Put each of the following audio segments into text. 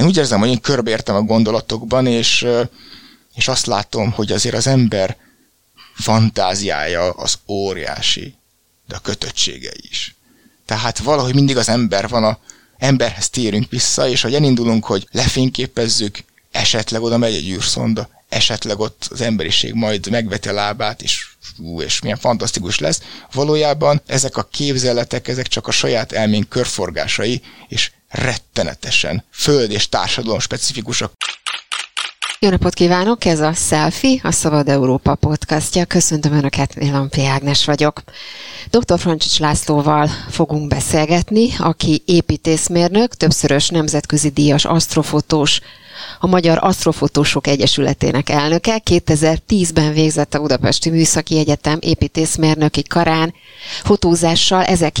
én úgy érzem, hogy én körbeértem a gondolatokban, és azt látom, hogy azért az ember fantáziája az óriási, de a kötöttsége is. Tehát valahogy mindig az ember van, emberhez térünk vissza, és hogy elindulunk, hogy lefényképezzük, esetleg oda megy egy űrszonda, esetleg ott az emberiség majd megveti a lábát, és milyen fantasztikus lesz. Valójában ezek a képzeletek, ezek csak a saját elménk körforgásai, és rettenetesen föld és társadalom specifikusak. Jó napot kívánok, ez a Selfie, a Szabad Európa podcastja. Köszöntöm Önöket, én Lampi Ágnes vagyok. Dr. Francsics Lászlóval fogunk beszélgetni, aki építészmérnök, többszörös nemzetközi díjas asztrofotós, a Magyar Asztrofotósok Egyesületének elnöke, 2010-ben végzett a Budapesti Műszaki Egyetem építészmérnöki karán, fotózással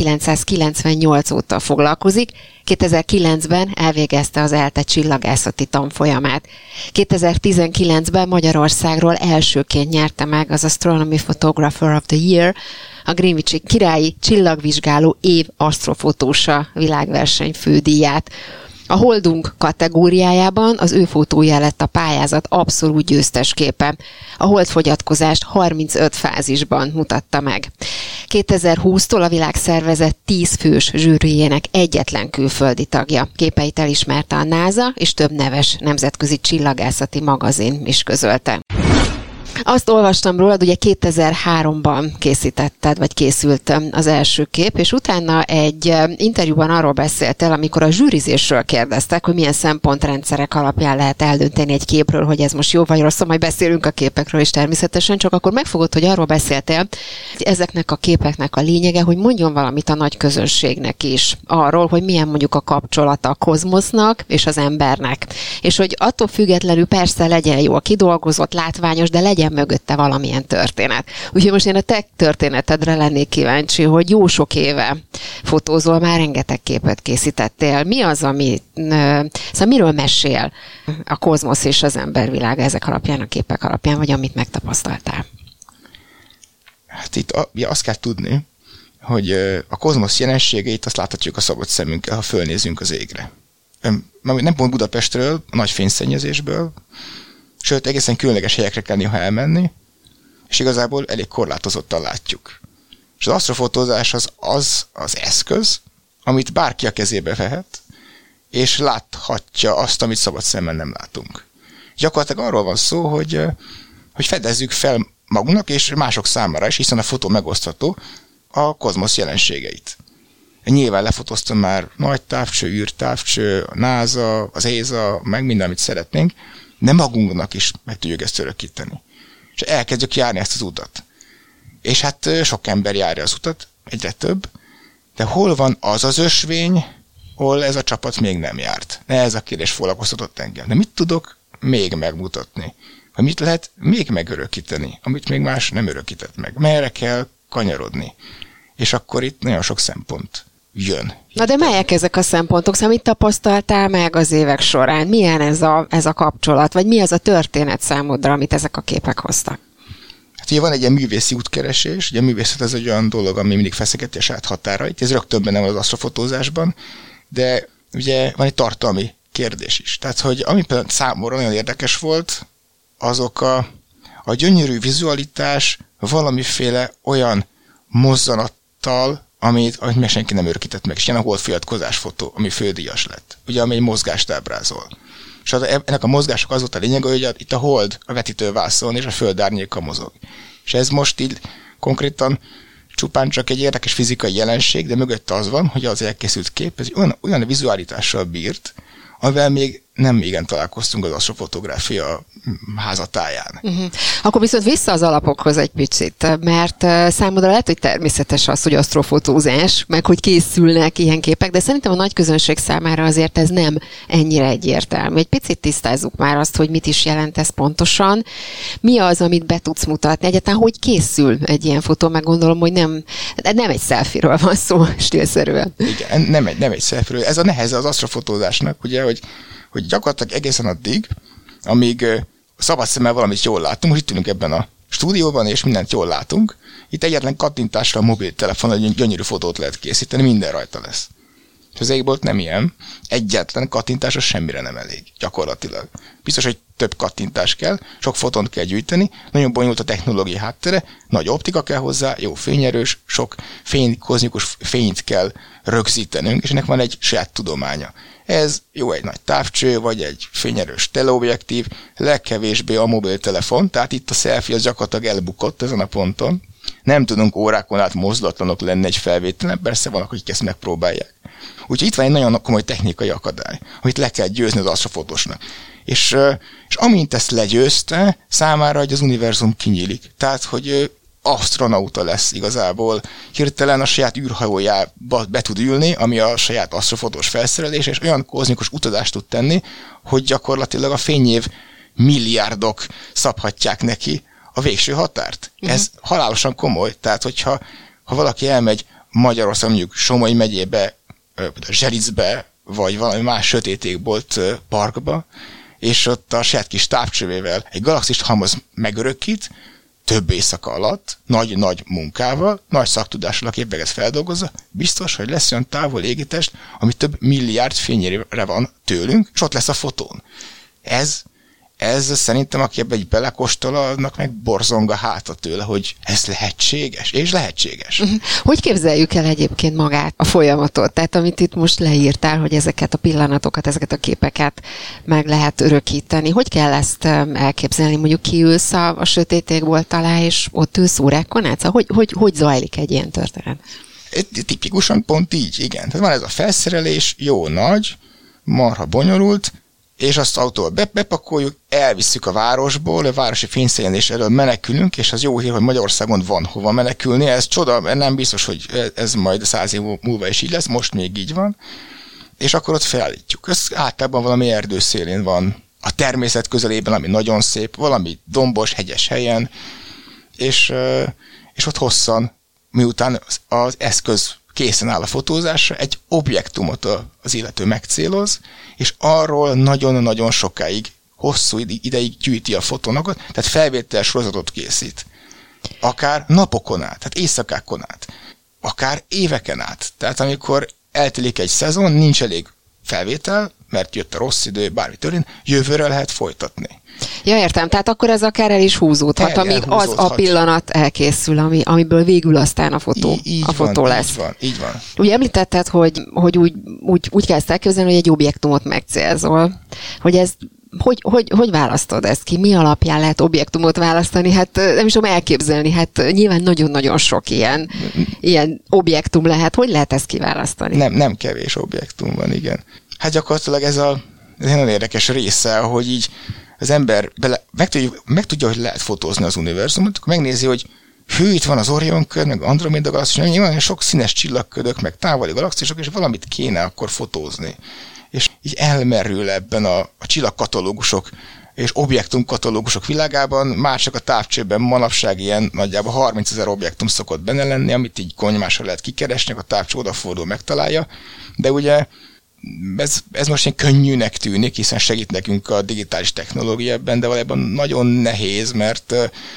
1998 óta foglalkozik, 2009-ben elvégezte az ELTE csillagászati tanfolyamát. 2019-ben Magyarországról elsőként nyerte meg az Astronomy Photographer of the Year, a Greenwichi királyi csillagvizsgáló év asztrofotósa világverseny fődíját. A Holdunk kategóriájában az ő fotója lett a pályázat abszolút győztesképe. A holdfogyatkozást 35 fázisban mutatta meg. 2020-tól a világszervezet 10 fős zsűrijének egyetlen külföldi tagja. Képeit elismerte a NASA, és több neves nemzetközi csillagászati magazin is közölte. Azt olvastam rólad, ugye 2003-ban készítetted, vagy készült az első kép, és utána egy interjúban arról beszéltél, amikor a zsűrizésről kérdeztek, hogy milyen szempontrendszerek alapján lehet eldönteni egy képről, hogy ez most jó vagy rossz, majd beszélünk a képekről is természetesen, csak akkor megfogod, hogy arról beszéltél, hogy ezeknek a képeknek a lényege, hogy mondjon valamit a nagy közönségnek is, arról, hogy milyen mondjuk a kapcsolata a kozmosznak és az embernek. És hogy attól függetlenül persze legyen jó a kidolgozott, látványos, de legyen mögötte valamilyen történet. Úgyhogy most én a te történetedre lennék kíváncsi, hogy jó sok éve fotózol, már rengeteg képet készítettél. Mi az, szóval miről mesél a kozmosz és az embervilága ezek alapján, a képek alapján, vagy amit megtapasztaltál? Hát itt azt kell tudni, hogy a kozmosz jelenségeit azt láthatjuk a szabad szemünkkel, ha fölnézünk az égre. Nem pont Budapestről, a nagy fényszennyezésből, sőt, egészen különleges helyekre kell néha elmenni, és igazából elég korlátozottan látjuk. És az asztrofotózás az eszköz, amit bárki a kezébe vehet, és láthatja azt, amit szabad szemmel nem látunk. Gyakorlatilag arról van szó, hogy fedezzük fel magunknak, és mások számára is, hiszen a fotó megosztható, a kozmosz jelenségeit. Nyilván lefotóztam már nagy távcső, űrtávcső, a NASA, az ESA, meg minden, amit szeretnénk, de magunknak is meg tudjuk ezt örökíteni. És elkezdjük járni ezt az utat. És hát sok ember járja az utat, egyre több, de hol van az az ösvény, hol ez a csapat még nem járt? Ez a kérdés foglalkoztatott engem. De mit tudok még megmutatni? Vagy mit lehet még megörökíteni, amit még más nem örökített meg? Merre kell kanyarodni? És akkor itt nagyon sok szempont jön. Na de melyek ezek a szempontok? Szóval mit tapasztaltál meg az évek során? Milyen ez a kapcsolat? Vagy mi az a történet számodra, amit ezek a képek hoztak? Hát ugye van egy ilyen művészi útkeresés, ugye a művészet ez egy olyan dolog, ami mindig feszegeti a saját határait, ez rögtön benne van az asztrofotózásban, de ugye van egy tartalmi kérdés is. Tehát, hogy ami például számomra nagyon érdekes volt, azok a gyönyörű vizualitás valamiféle olyan mozzanattal, amit meg senki nem örökített meg. És ilyen a holdfogyatkozás fotó, ami fődíjas lett. Ugye, ami egy mozgást ábrázol. És ennek a mozgások az volt a lényeg, hogy itt a hold a vetítővászon és a föld árnyéka mozog. És ez most így konkrétan csupán csak egy érdekes fizikai jelenség, de mögötte az van, hogy az elkészült kép ez olyan vizualitással bírt, amivel még nem igen találkoztunk az asztrofotográfia házatáján. Akkor viszont vissza az alapokhoz egy picit, mert számodra lehet, hogy természetes az, hogy asztrofotózás, meg hogy készülnek ilyen képek, de szerintem a nagy közönség számára azért ez nem ennyire egyértelmű. Egy picit tisztázzuk már azt, hogy mit is jelent ez pontosan. Mi az, amit be tudsz mutatni? Egyáltalán hogy készül egy ilyen fotó? Meg gondolom, hogy nem egy selfie-ről van szó stílszerűen. Igen, nem egy selfie-ről. Ez a neheze az asztrofotózásnak, ugye, hogy gyakorlatilag egészen addig, amíg szabad szemmel valamit jól látunk, most itt ülünk ebben a stúdióban, és mindent jól látunk, itt egyetlen kattintásra a mobiltelefon egy gyönyörű fotót lehet készíteni, minden rajta lesz. És az égbolt nem ilyen. Egyetlen kattintásra semmire nem elég, gyakorlatilag. Biztos, hogy több kattintás kell, sok fotont kell gyűjteni, nagyon bonyolult a technológia háttere, nagy optika kell hozzá, jó fényerős, sok kozmikus fényt kell rögzítenünk, és ennek van egy saját tudománya. Ez jó egy nagy távcső, vagy egy fényerős teleobjektív, legkevésbé a mobiltelefon, tehát itt a selfie az gyakorlatilag elbukott ezen a ponton. Nem tudunk órákon át mozdulatlanok lenni egy felvételen, persze vannak, akik ezt megpróbálják. Úgyhogy itt van egy nagyon komoly technikai akadály, amit le kell győzni az asztrofotósnak. És amint ezt legyőzte, számára hogy az univerzum kinyílik. Tehát, hogy asztronauta lesz igazából. Hirtelen a saját űrhajójába be tud ülni, ami a saját asztrofotós felszerelés, és olyan kozmikus utazást tud tenni, hogy gyakorlatilag a fényév milliárdok szabhatják neki a végső határt. Ez halálosan komoly. Tehát, hogyha valaki elmegy Magyarország, mondjuk Somogy megyébe, Zsericbe, vagy valami más sötétékbolt parkba, és ott a saját kis távcsövével egy galaxist halmoz megörökít, több éjszaka alatt, nagy-nagy munkával, nagy szaktudással, aki ezt feldolgozza, biztos, hogy lesz olyan távol égitest, ami több milliárd fényére van tőlünk, és ott lesz a fotón. Ez szerintem, aki ebbe egy belekóstol, annak meg borzong a háta tőle, hogy ez lehetséges, és lehetséges. Hogy képzeljük el egyébként magát, a folyamatot? Tehát amit itt most leírtál, hogy ezeket a pillanatokat, ezeket a képeket meg lehet örökíteni. Hogy kell ezt elképzelni? Mondjuk kiülsz a sötét égbolt alá, és ott ülsz órákon át? Hogy zajlik egy ilyen történet? Tipikusan pont így, igen. Tehát van ez a felszerelés, jó nagy, marha bonyolult, és azt autóval bepakoljuk, elvisszük a városból, a városi fényszennyezés elől menekülünk, és az jó hír, hogy Magyarországon van hova menekülni. Ez csoda, mert nem biztos, hogy ez majd 100 év múlva is így lesz, most még így van. És akkor ott felállítjuk. Ez általában valami erdő szélén van, a természet közelében, ami nagyon szép, valami dombos, hegyes helyen, és ott hosszan, miután az eszköz készen áll a fotózásra, egy objektumot az illető megcéloz, és arról nagyon-nagyon sokáig, hosszú ideig gyűjti a fotónokat, tehát felvétel sorozatot készít. Akár napokon át, tehát éjszakákon át, akár éveken át. Tehát amikor eltelik egy szezon, nincs elég felvétel, mert jött a rossz idő, bármi történt, jövőre lehet folytatni. Ja, értem, tehát akkor ez akár el is húzódhat, amíg az a pillanat elkészül, amiből végül aztán a fotó lesz. Így van. Ugye említetted, hogy úgy kell ezt elképzelni, hogy egy objektumot megcélzol. Hogy ez hogy választod ezt ki? Mi alapján lehet objektumot választani? Hát nem is tudom elképzelni, hát nyilván nagyon-nagyon sok ilyen objektum lehet. Hogy lehet ezt kiválasztani? Nem kevés objektum van, igen. Hát gyakorlatilag ez nagyon érdekes része, hogy így az ember megtudja, hogy lehet fotózni az univerzumot, akkor megnézi, hogy itt van az Orion-kör, meg Andromeda galaxis, nagyon sok színes csillagködök, meg távoli galaxisok, és valamit kéne akkor fotózni. És így elmerül ebben a csillagkatalógusok és objektumkatalógusok világában, már csak a távcsőben manapság ilyen nagyjából 30 000 objektum szokott benne lenni, amit így konymással lehet kikeresni, a távcső odafordul, megtalálja, de ugye ez most ilyen könnyűnek tűnik, hiszen segít nekünk a digitális technológia ebben, de valójában nagyon nehéz, mert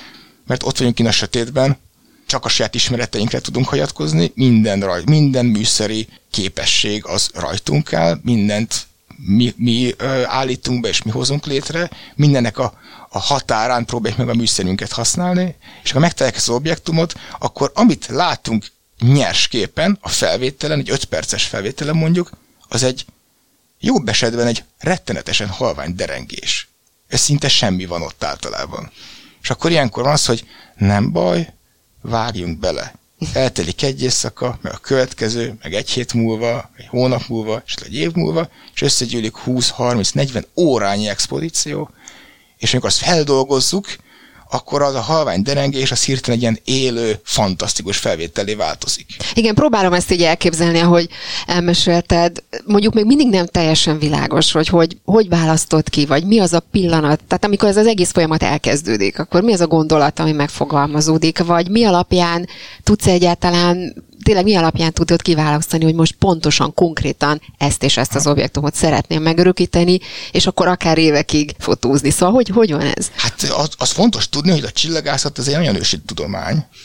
ott vagyunk a sötétben, csak a saját ismereteinkre tudunk hagyatkozni, minden műszeri képesség az rajtunk áll, mindent mi állítunk be és mi hozunk létre, mindennek a határán próbáljuk meg a műszerünket használni, és ha megtalálják ezt az objektumot, akkor amit látunk nyers képen, a felvételen, egy 5 perces felvételen mondjuk, az egy jobb esetben egy rettenetesen halvány derengés. Ez szinte semmi van ott általában. És akkor ilyenkor van az, hogy nem baj, vágjunk bele. Eltelik egy éjszaka, meg a következő, meg egy hét múlva, egy hónap múlva, és egy év múlva, és összegyűlik 20-30-40 órányi expozíció, és amikor azt feldolgozzuk, akkor az a halvány derengés az hirtelen egy ilyen élő, fantasztikus felvételé változik. Igen, próbálom ezt így elképzelni, ahogy elmesélted. Mondjuk még mindig nem teljesen világos, hogy választod ki, vagy mi az a pillanat, tehát amikor ez az egész folyamat elkezdődik, akkor mi az a gondolat, ami megfogalmazódik, vagy mi alapján tudsz egyáltalán, tényleg mi alapján tudod kiválasztani, hogy most pontosan, konkrétan ezt és ezt az objektumot szeretném megörökíteni, és akkor akár évekig fotózni. Szóval hogy van ez? Hát az fontos tudni, hogy a csillagászat ez egy nagyon ősi tudomány.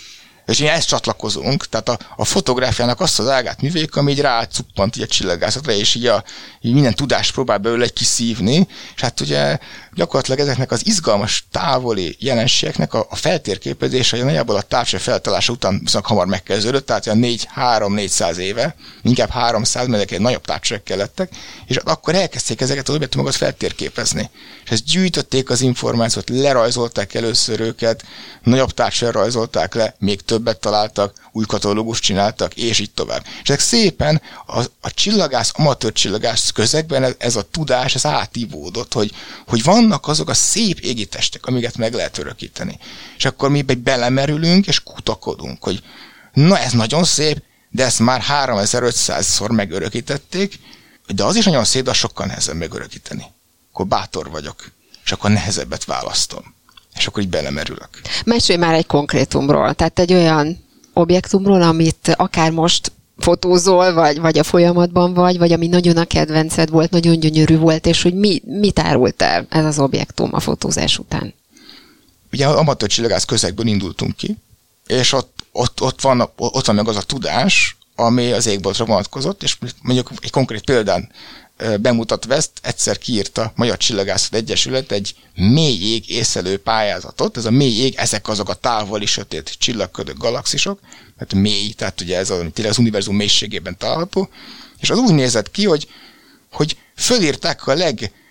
És mi ezt csatlakozunk, tehát a fotográfiának azt az ágát műveljük, ami így rácuppant így a csillagászatra, és így minden tudást próbál belőle kiszívni, és hát ugye gyakorlatilag ezeknek az izgalmas távoli jelenségeknek a feltérképezése nagyjából a távcső feltalálása után viszont hamar megkezdődött, tehát olyan 300-400 éve, inkább 300, mert egy nagyobb távcsőekkel lettek, és akkor elkezdték ezeket az objektumokat feltérképezni. És ezt gyűjtötték az információt, lerajzolták először őket, nagyobb távcsőre rajzolták le, még többet találtak, új katalógust csináltak, és így tovább. És ezek szépen a csillagász, amatőr csillagász közegben ez a tudás, ez átívódott, hogy vannak azok a szép égitestek, amiket meg lehet örökíteni. És akkor mi belemerülünk, és kutakodunk, hogy na ez nagyon szép, de ezt már 3500-szor megörökítették, de az is nagyon szép, de az sokkal nehezebb megörökíteni. Akkor bátor vagyok, és akkor nehezebbet választom. És akkor így belemerülök. Mesélj már egy konkrétumról, tehát egy olyan objektumról, amit akár most fotózol, vagy a folyamatban vagy ami nagyon a kedvenced volt, nagyon gyönyörű volt, és hogy mit árult el ez az objektum a fotózás után? Ugye amatőr csillagász közegből indultunk ki, és ott van meg az a tudás, ami az égboltra vonatkozott, és mondjuk egy konkrét példán bemutatva ezt, egyszer kiírta a Magyar Csillagászat Egyesület egy mély ég észlelő pályázatot. Ez a mély ég, ezek azok a távoli sötét csillagködök, galaxisok, tehát mély, tehát ugye ez az univerzum mélységében található, és az úgy nézett ki, hogy fölírták a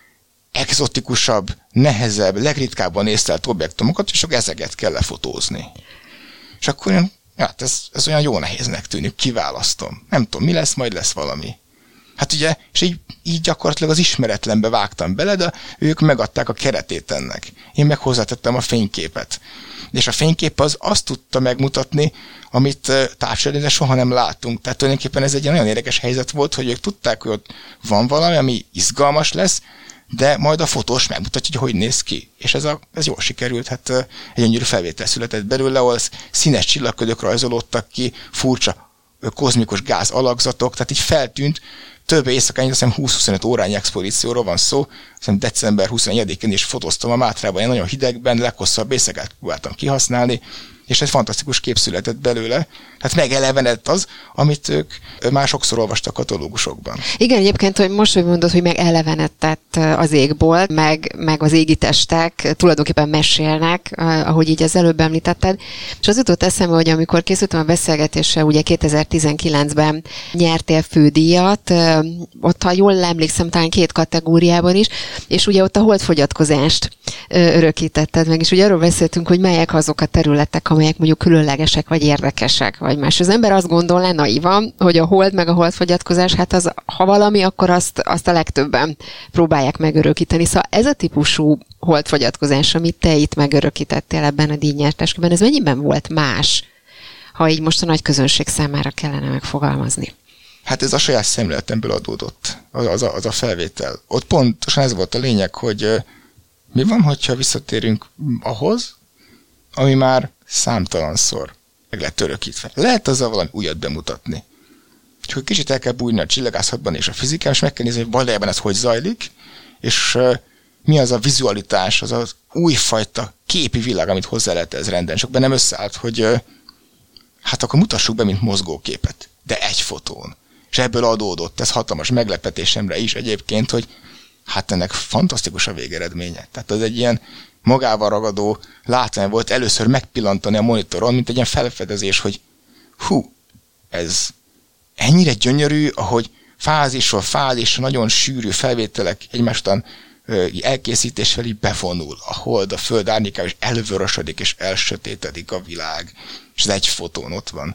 legexotikusabb, nehezebb, legritkábban észlelt objektumokat, és akkor ezeket kell lefotózni. És akkor ez olyan jó nehéznek tűnik, kiválasztom. Nem tudom, mi lesz, majd lesz valami. Hát ugye, és így gyakorlatilag az ismeretlenbe vágtam bele, de ők megadták a keretét ennek. Én meg hozzátettem a fényképet. És a fénykép az azt tudta megmutatni, amit távcsőre soha nem látunk. Tehát tulajdonképpen ez egy nagyon érdekes helyzet volt, hogy ők tudták, hogy ott van valami, ami izgalmas lesz, de majd a fotós megmutatja, hogy néz ki. És ez jól sikerült, hát egy gyönyörű felvétel született belőle, ahol színes csillagködök rajzolódtak ki, furcsa kozmikus gáz alakzatok, tehát így feltűnt, több éjszakán, azt hiszem 20-25 órányi expozícióról van szó, hiszem december 21-én is fotóztam a Mátrában, egy nagyon hidegben, leghosszabb éjszakát próbáltam kihasználni, és egy fantasztikus kép született belőle. Tehát megelevenedett az, amit ők már sokszor olvastak katalógusokban. Igen, egyébként, hogy most, hogy mondod, hogy megelevenedett az égból, meg az égi testek tulajdonképpen mesélnek, ahogy így az előbb említetted. És az jutott eszembe, hogy amikor készültem a beszélgetésre, ugye 2019-ben nyertél fődíjat, ott, ha jól emlékszem, talán 2 kategóriában is, és ugye ott a holdfogyatkozást örökítetted meg, és ugye arról beszéltünk, hogy melyek azok a területek, amelyek mondjuk különlegesek, vagy érdekesek, vagy más. Az ember azt gondolná naivan, hogy a hold meg a holdfogyatkozás, hát az, ha valami, akkor azt a legtöbben próbálják megörökíteni. Szóval ez a típusú holdfogyatkozás, amit te itt megörökítettél ebben a díjnyerteskörben, ez mennyiben volt más, ha így most a nagy közönség számára kellene megfogalmazni? Hát ez a saját szemléletemből adódott, az a felvétel. Ott pontosan ez volt a lényeg, hogy mi van, hogyha visszatérünk ahhoz, ami már számtalanszor meg lett örökítve. Lehet azzal valami újat bemutatni. Úgyhogy kicsit el kell bújni a csillagászatban és a fizikában, és meg kell nézni, hogy valójában ez hogy zajlik, és mi az a vizualitás, az az újfajta képi világ, amit hozzá lehet ez rendelni. Sok bennem összeállt, hogy hát akkor mutassuk be, mint mozgóképet, de egy fotón. És ebből adódott, ez hatalmas meglepetésemre is egyébként, hogy hát ennek fantasztikus a végeredménye. Tehát az egy ilyen magával ragadó látvány volt először megpillantani a monitoron, mint egy ilyen felfedezés, hogy ez ennyire gyönyörű, ahogy fázisról fázisra nagyon sűrű felvételek egymás után elkészítésvel így bevonul a hold, a föld árnyékába, és elvörösödik, és elsötétedik a világ, és ez egy fotón ott van.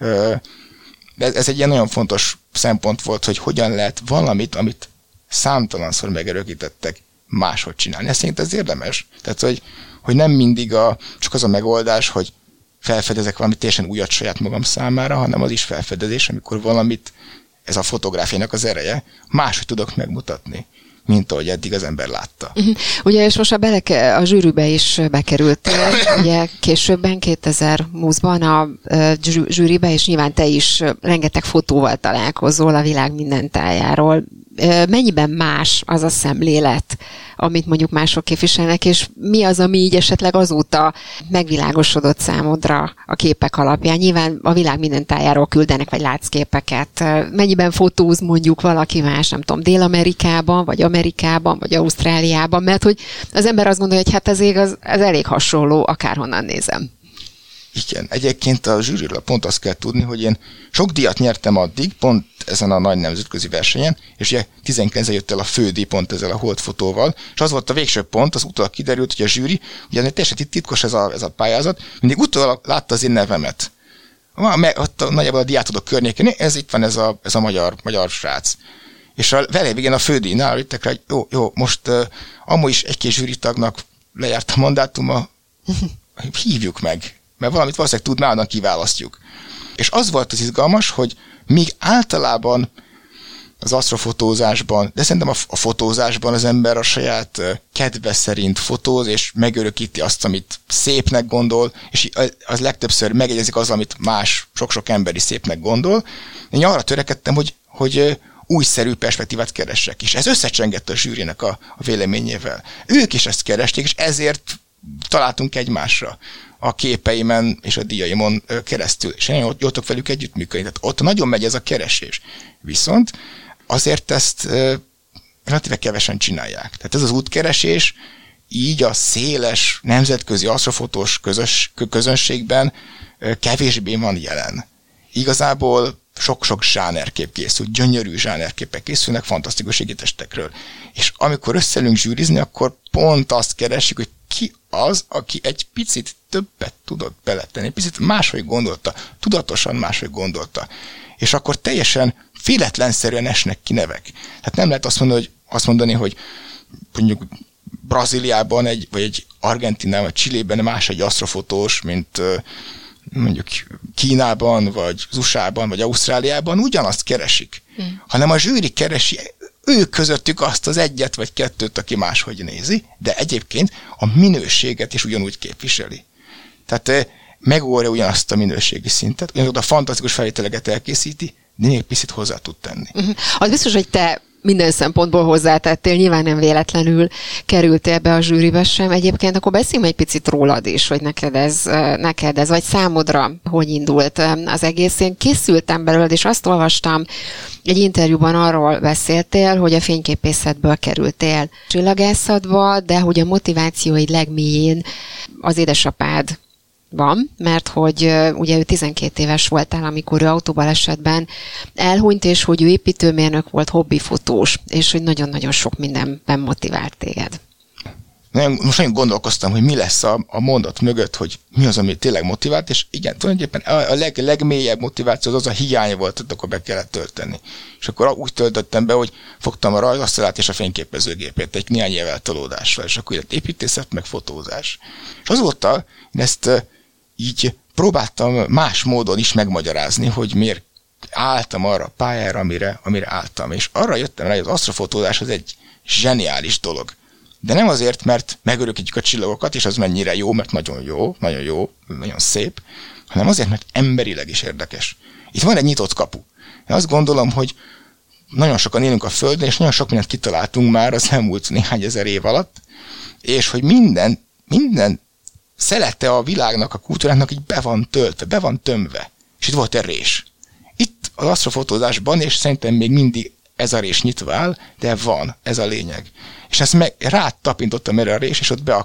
De ez egy ilyen nagyon fontos szempont volt, hogy hogyan lehet valamit, amit számtalanszor megörökítettek, máshogy csinálni. Ezt szerint ez érdemes. Tehát, hogy nem mindig csak az a megoldás, hogy felfedezek valamit teljesen újat saját magam számára, hanem az is felfedezés, amikor valamit, ez a fotográfiának az ereje, máshogy tudok megmutatni, mint ahogy eddig az ember látta. Ugye, és most a zsűribe is bekerültél, ugye későbben, 2020-ban a zsűribe, és nyilván te is rengeteg fotóval találkozol a világ minden tájáról. mennyiben más az a szemlélet, amit mondjuk mások képviselnek, és mi az, ami így esetleg azóta megvilágosodott számodra a képek alapján. Nyilván a világ minden tájáról küldenek, vagy látsz képeket. Mennyiben fotóz mondjuk valaki más, nem tudom, Dél-Amerikában, vagy Amerikában, vagy Ausztráliában, mert hogy az ember azt gondolja, hogy hát az ég az elég hasonló, akárhonnan nézem. Igen, egyébként a zsűriről pont azt kell tudni, hogy én sok díjat nyertem addig, pont ezen a nagy nemzetközi versenyen, és ugye 19-en jött el a fődíj pont ezzel a holdfotóval, és az volt a végső pont, az utólag kiderült, hogy a zsűri, ugye teljesen titkos ez a pályázat, mindig utólag látta az én nevemet. Ott nagyjából a diátodok környékén, ez itt van ez a magyar srác. És vele végén a fődíjnál jöttek rá, hogy jó, most amúgy is egy-két zsűritagnak lejárt a mandátuma, hívjuk meg. Mert valamit valószínűleg tud, már kiválasztjuk. És az volt az izgalmas, hogy míg általában az asztrofotózásban, de szerintem a fotózásban az ember a saját kedve szerint fotóz, és megörökíti azt, amit szépnek gondol, és az legtöbbször megegyezik az, amit más sok-sok ember is szépnek gondol. Én arra törekedtem, hogy újszerű perspektívát keressek, és ez összecsengett a zsűrinek a véleményével. Ők is ezt keresték, és ezért találtunk egymásra a képeimen és a díjaimon keresztül, és én jól tudok velük együttműködni. Tehát ott nagyon megy ez a keresés. Viszont azért ezt relatíve kevesen csinálják. Tehát ez az útkeresés így a széles nemzetközi asztrofotós közönségben kevésbé van jelen. Igazából sok-sok zsánerkép készül, gyönyörű zsánerképek készülnek fantasztikus égitestekről. És amikor összeülünk zsűrizni, akkor pont azt keresik, hogy ki az, aki egy picit többet tudott beletenni, picit máshogy gondolta, tudatosan máshogy gondolta. És akkor teljesen véletlenszerűen esnek ki nevek. Hát nem lehet azt mondani, hogy mondjuk Brazíliában vagy egy Argentinában, vagy Chilében más egy asztrofotós, mint mondjuk Kínában, vagy az USA-ban, vagy Ausztráliában ugyanazt keresik. Hanem a zsűri keresi ők közöttük azt az egyet vagy kettőt, aki máshogy nézi, de egyébként a minőséget is ugyanúgy képviseli. Tehát megóvja ugyanazt a minőségi szintet, ugyanazokat a fantasztikus felvételeket elkészíti, de még picit hozzá tud tenni. Az biztos, hogy te minden szempontból hozzátettél, nyilván nem véletlenül kerültél be a zsűribe sem. Egyébként akkor beszéljünk egy picit rólad is, hogy neked ez, vagy számodra hogy indult az egész. Én készültem belőled, és azt olvastam, egy interjúban arról beszéltél, hogy a fényképészetből kerültél csillagászatba, de hogy a motivációid legmélyén az édesapád van, mert hogy ugye ő 12 éves voltál, amikor ő autóbalesetben elhunyt, és hogy ő építőmérnök volt, hobbifotós, és hogy nagyon-nagyon sok mindenben motivált téged. Most nagyon gondolkoztam, hogy mi lesz a mondat mögött, hogy mi az, ami tényleg motivált, és igen, tulajdonképpen a legmélyebb motiváció az a hiány volt, akkor be kellett tölteni. És akkor úgy töltöttem be, hogy fogtam a rajzasztalát és a fényképezőgépét egy néhány év eltolódással, és akkor lett építészet, meg fotózás. És azóta én ezt így próbáltam más módon is megmagyarázni, hogy miért álltam arra a pályára, amire álltam. És arra jöttem rá, hogy az asztrofotózás az egy zseniális dolog. De nem azért, mert megörökítjük a csillagokat, és az mennyire jó, mert nagyon szép, hanem azért, mert emberileg is érdekes. Itt van egy nyitott kapu. Én azt gondolom, hogy nagyon sokan élünk a Földön, és nagyon sok mindent kitaláltunk már az elmúlt néhány ezer év alatt, és hogy minden szelete a világnak, a kultúrának így be van töltve, be van tömve. És itt volt egy rés. Itt az asztrofotózásban, és szerintem még mindig ez a rés nyitva áll, de van, ez a lényeg. És ezt rátapintottam erre a rés, és ott be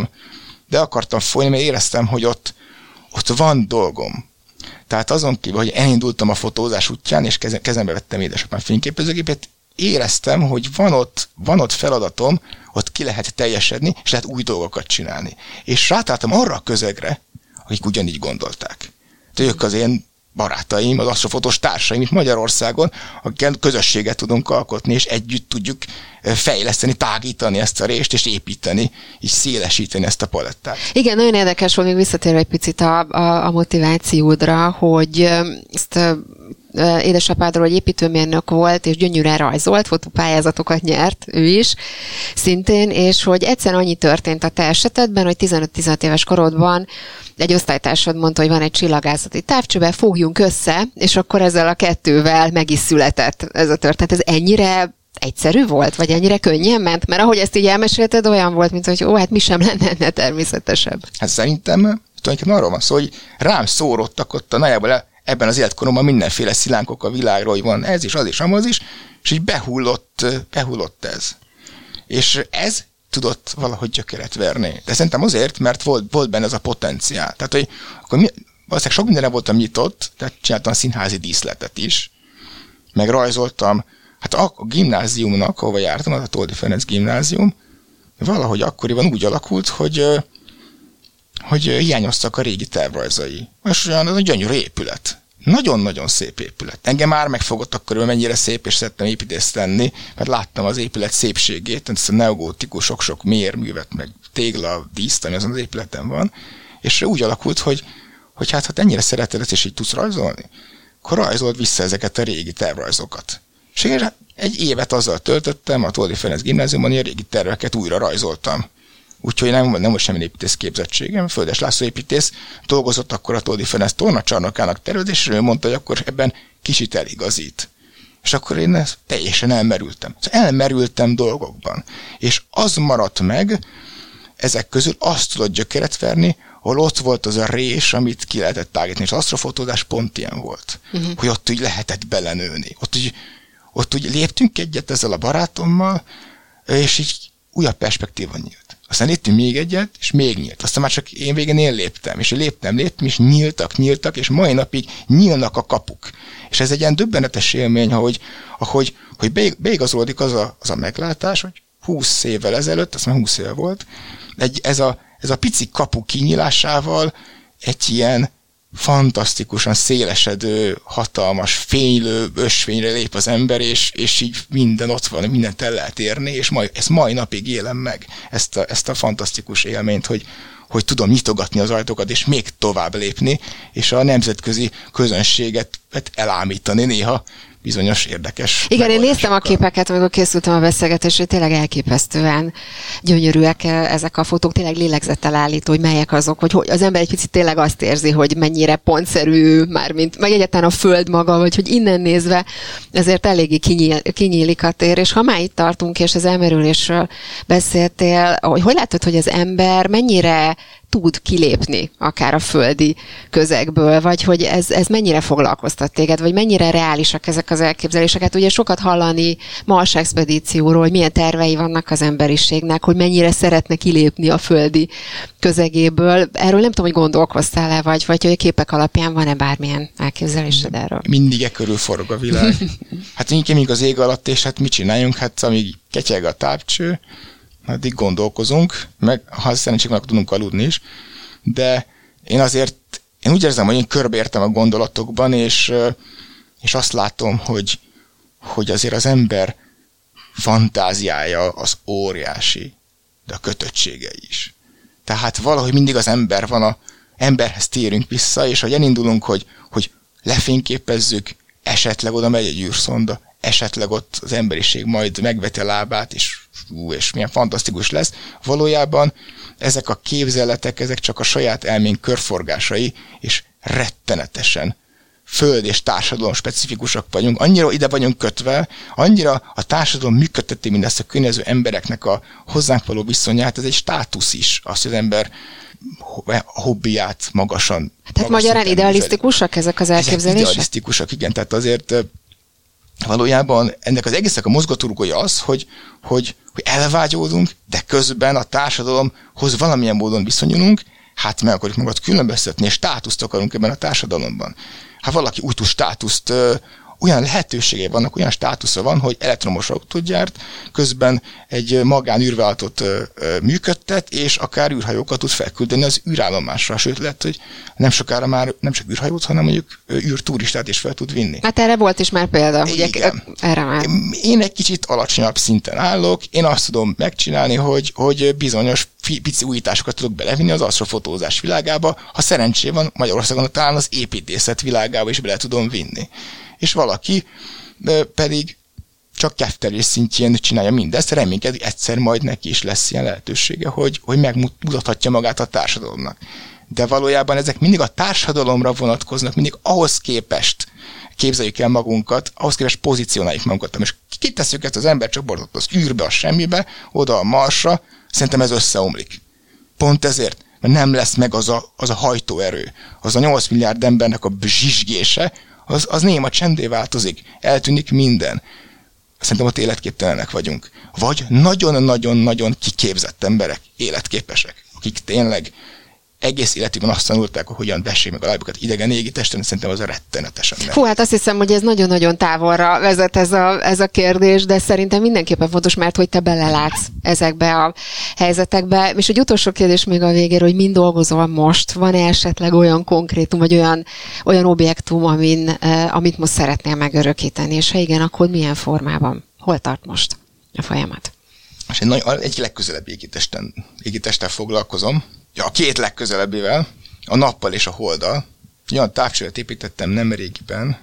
akartam folyni, mert éreztem, hogy ott van dolgom. Tehát azon kívül, hogy elindultam a fotózás útján, és kezembe vettem édesapám fényképezőgépét, éreztem, hogy van ott feladatom, ott ki lehet teljesedni, és lehet új dolgokat csinálni. És rátáltam arra a közegre, akik ugyanígy gondolták. De ők az én barátaim, az asztrofotós társaim itt Magyarországon, akikkel közösséget tudunk alkotni, és együtt tudjuk fejleszteni, tágítani ezt a rést, és építeni, és szélesíteni ezt a palettát. Igen, nagyon érdekes volt, még visszatérve egy picit a motivációdra, hogy ezt édesapádról, hogy építőmérnök volt, és gyönyörűen rajzolt, fotópályázatokat nyert ő is szintén, és hogy egyszer annyi történt a te esetedben, hogy 15-16 éves korodban egy osztálytársad mondta, hogy van egy csillagászati távcsőbe, fogjunk össze, és akkor ezzel a kettővel meg is született ez a történet. Ez egyszerű volt, vagy ennyire könnyen ment? Mert ahogy ezt így elmesélted, olyan volt, mint hogy hát mi sem lenne ennél természetesebb. Hát szerintem tulajdonképpen arról van szó, hogy rám szórodtak ott a nagyjából ebben az életkoromban mindenféle szilánkok a világról, hogy van ez is, az is, amaz is, és így behullott ez. És ez tudott valahogy gyökeret verni. De szerintem azért, mert volt benne ez a potenciál. Tehát, hogy akkor valószínűleg sok mindenre voltam nyitott, tehát csináltam színházi díszletet is, meg rajzoltam, hát a gimnáziumnak, ahova jártam, az a Toldi Ferenc gimnázium, valahogy akkoriban úgy alakult, hogy hiányoztak a régi tervrajzai. És olyan az egy gyönyörű épület. Nagyon-nagyon szép épület. Engem már megfogott akkor, hogy mennyire szép, és szerettem építést lenni, mert láttam az épület szépségét, ezt a neogótikus sok mérművet, meg tégla, díszt, ami azon az épületen van, és úgy alakult, hogy hát ennyire szereted ezt, és így tudsz rajzolni, akkor rajzold vissza ezeket a régi tervrajzokat. És én egy évet azzal töltöttem, a Toldi Ferenc gimnáziumban, hogy a régi terveket újra rajzoltam. Úgyhogy nem volt semmi építész képzettségem. Földes László építész dolgozott akkor a Toldi Ferenc tornacsarnokának tervezésről, ő mondta, hogy akkor ebben kicsit eligazít. És akkor én teljesen elmerültem. Elmerültem dolgokban. És az maradt meg, ezek közül azt tudott gyökeret verni, ahol ott volt az a rés, amit ki lehetett tágítani, és az asztrofotózás pont ilyen volt. Hogy ott úgy lehetett belenőni. Ott úgy léptünk egyet ezzel a barátommal, és így újabb perspektíva nyílt. Aztán léptünk még egyet, és még nyílt. Aztán már csak én léptem, és léptem, és nyíltak, és mai napig nyílnak a kapuk. És ez egy ilyen döbbenetes élmény, hogy beigazolódik az a meglátás, hogy 20 évvel ezelőtt, azt már 20 éve volt, ez a pici kapu kinyílásával egy ilyen fantasztikusan szélesedő, hatalmas, fénylő ösvényre lép az ember, és így minden ott van, mindent el lehet érni, és ezt mai napig élem meg, ezt a fantasztikus élményt, hogy tudom nyitogatni az ajtókat, és még tovább lépni, és a nemzetközi közönséget elámítani néha bizonyos érdekes. Igen, én néztem a képeket, amikor készültem a beszélgetésre, tényleg elképesztően gyönyörűek ezek a fotók, tényleg lélegzettel állító, hogy melyek azok, hogy az ember egy picit tényleg azt érzi, hogy mennyire pontszerű, meg egyáltalán a föld maga, vagy hogy innen nézve ezért eléggé kinyílik a tér, és ha már itt tartunk, és az elmerülésről beszéltél, hogy látod, hogy az ember mennyire tud kilépni akár a földi közegből, vagy hogy ez mennyire foglalkoztat téged, vagy mennyire reálisak ezek az elképzelések. Hát ugye sokat hallani Mars expedícióról, hogy milyen tervei vannak az emberiségnek, hogy mennyire szeretne kilépni a földi közegéből. Erről nem tudom, hogy gondolkoztál-e, vagy hogy a képek alapján van-e bármilyen elképzelésed erről? Mindig körül forog a világ. Hát mindig az ég alatt, és hát mit csináljunk? Hát amíg ketyeg a távcső, addig gondolkozunk, meg ha szerencsénk meg tudunk aludni is, de én úgy érzem, hogy én körbeértem a gondolatokban, és azt látom, hogy azért az ember fantáziája az óriási, de a kötöttsége is. Tehát valahogy mindig az ember van, emberhez térünk vissza, és hogy elindulunk, hogy lefényképezzük, esetleg oda megy egy űrszonda, esetleg ott az emberiség majd megveti a lábát, és milyen fantasztikus lesz. Valójában ezek a képzeletek, ezek csak a saját elménk körforgásai, és rettenetesen föld és társadalom specifikusak vagyunk, annyira ide vagyunk kötve, annyira a társadalom működteti mindezt a környező embereknek a hozzánk való viszonyát, ez egy státusz is, azt, hogy az ember a hobbiját magasan. Tehát magyarán idealisztikusak ezek az elképzelések? Ezek idealisztikusak, igen, tehát azért valójában ennek az egésznek a mozgatórugója az, hogy elvágyódunk, de közben a társadalomhoz valamilyen módon viszonyulunk, hát meg akarjuk magat különböztetni, és státuszt akarunk ebben a társadalomban. Hát valaki úgy tud státuszt, olyan lehetőségei vannak, olyan státusza van, hogy elektromos autót gyárt, közben egy magánűrvállalatot működtet, és akár űrhajókat tud felküldeni az űrállomásra. Sőt, lehet, hogy nem sokára már nem csak űrhajót, hanem mondjuk űrturistát is fel tud vinni. Hát erre volt is már példa. Igen. Erre már. Én egy kicsit alacsonyabb szinten állok, én azt tudom megcsinálni, hogy bizonyos pici újításokat tudok belevinni az asztrofotózás világába, ha szerencsé van Magyarországon, talán az építészet világába is bele tudom vinni. És valaki pedig csak kedvtelés szintjén csinálja mindezt, reménykedik, hogy egyszer majd neki is lesz ilyen lehetősége, hogy megmutathatja magát a társadalomnak. De valójában ezek mindig a társadalomra vonatkoznak, mindig ahhoz képest képzeljük el magunkat, ahhoz képest pozícionáljuk magunkat. Most kitesszük ezt az embercsoportot az űrbe, a semmibe, oda a Marsra, szerintem ez összeomlik. Pont ezért, mert nem lesz meg az a hajtóerő, az a 8 milliárd embernek a zsizsgése, az néma csendé változik, eltűnik minden. Szerintem ott életképtelenek vagyunk. Vagy nagyon-nagyon-nagyon kiképzett emberek, életképesek, akik tényleg egész életükben azt tanulták, hogy hogyan vessék meg a lábukat idegen égitesten, szerintem az a rettenetesen nem. Hú, hát azt hiszem, hogy ez nagyon-nagyon távolra vezet ez a kérdés, de szerintem mindenképpen fontos, mert hogy te belelátsz ezekbe a helyzetekbe. És egy utolsó kérdés még a végére, hogy mind dolgozol most? Van-e esetleg olyan konkrétum, vagy olyan objektum, amit most szeretnél megörökíteni? És ha igen, akkor milyen formában? Hol tart most a folyamat? És egy legközelebbi égitesttel foglalkozom. Ja, a 2 legközelebbivel, a nappal és a holddal. Olyan távcsövet építettem nemrégiben,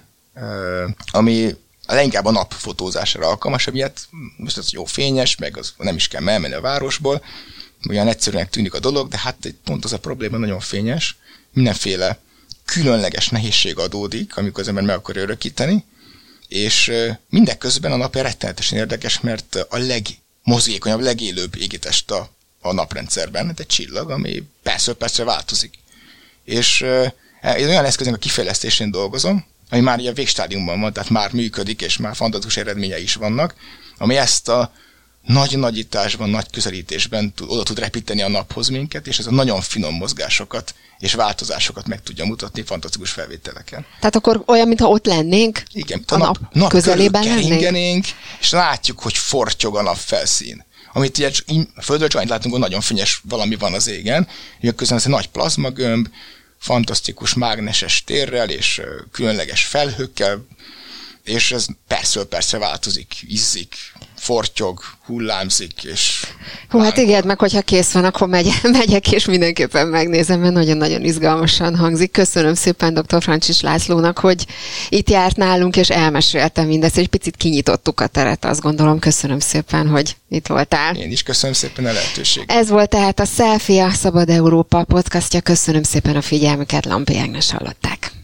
ami leginkább a nap fotózására alkalmas, amiért most az jó fényes, meg az nem is kell elmenni a városból, olyan egyszerűen tűnik a dolog, de hát pont az a probléma, nagyon fényes, mindenféle különleges nehézség adódik, amikor az ember meg akarja örökíteni, és mindeközben a nap rettenetesen érdekes, mert a legmozgékonyabb, legélőbb égitest a naprendszerben, hát egy csillag, ami percről változik. És olyan eszközünk a kifejlesztésén dolgozom, ami már ilyen végstádiumban van, tehát már működik, és már fantasztikus eredményei is vannak, ami ezt a nagy nagyításban, nagy közelítésben oda tud repíteni a naphoz minket, és ez a nagyon finom mozgásokat és változásokat meg tudja mutatni fantasztikus felvételeken. Tehát akkor olyan, mintha ott lennénk? Igen, a nap közelében lennénk? És látjuk, hogy fortyog a napfelszín. Amit ugye a Földről csak látunk, hogy nagyon fényes valami van az égen, ugye közben ez egy nagy plazmagömb, fantasztikus mágneses térrel és különleges felhőkkel, és ez percről változik, izzik, fortyog, hullámzik, és... Hú, hát ígérd meg, hogyha kész van, akkor megyek, és mindenképpen megnézem, mert nagyon-nagyon izgalmasan hangzik. Köszönöm szépen dr. Francsics Lászlónak, hogy itt járt nálunk, és elmesélte mindezt, és picit kinyitottuk a teret, azt gondolom. Köszönöm szépen, hogy itt voltál. Én is köszönöm szépen a lehetőséget. Ez volt tehát a Selfie, a Szabad Európa podcastja. Köszönöm szépen a figyelmüket, Lampi Ágnes hallották.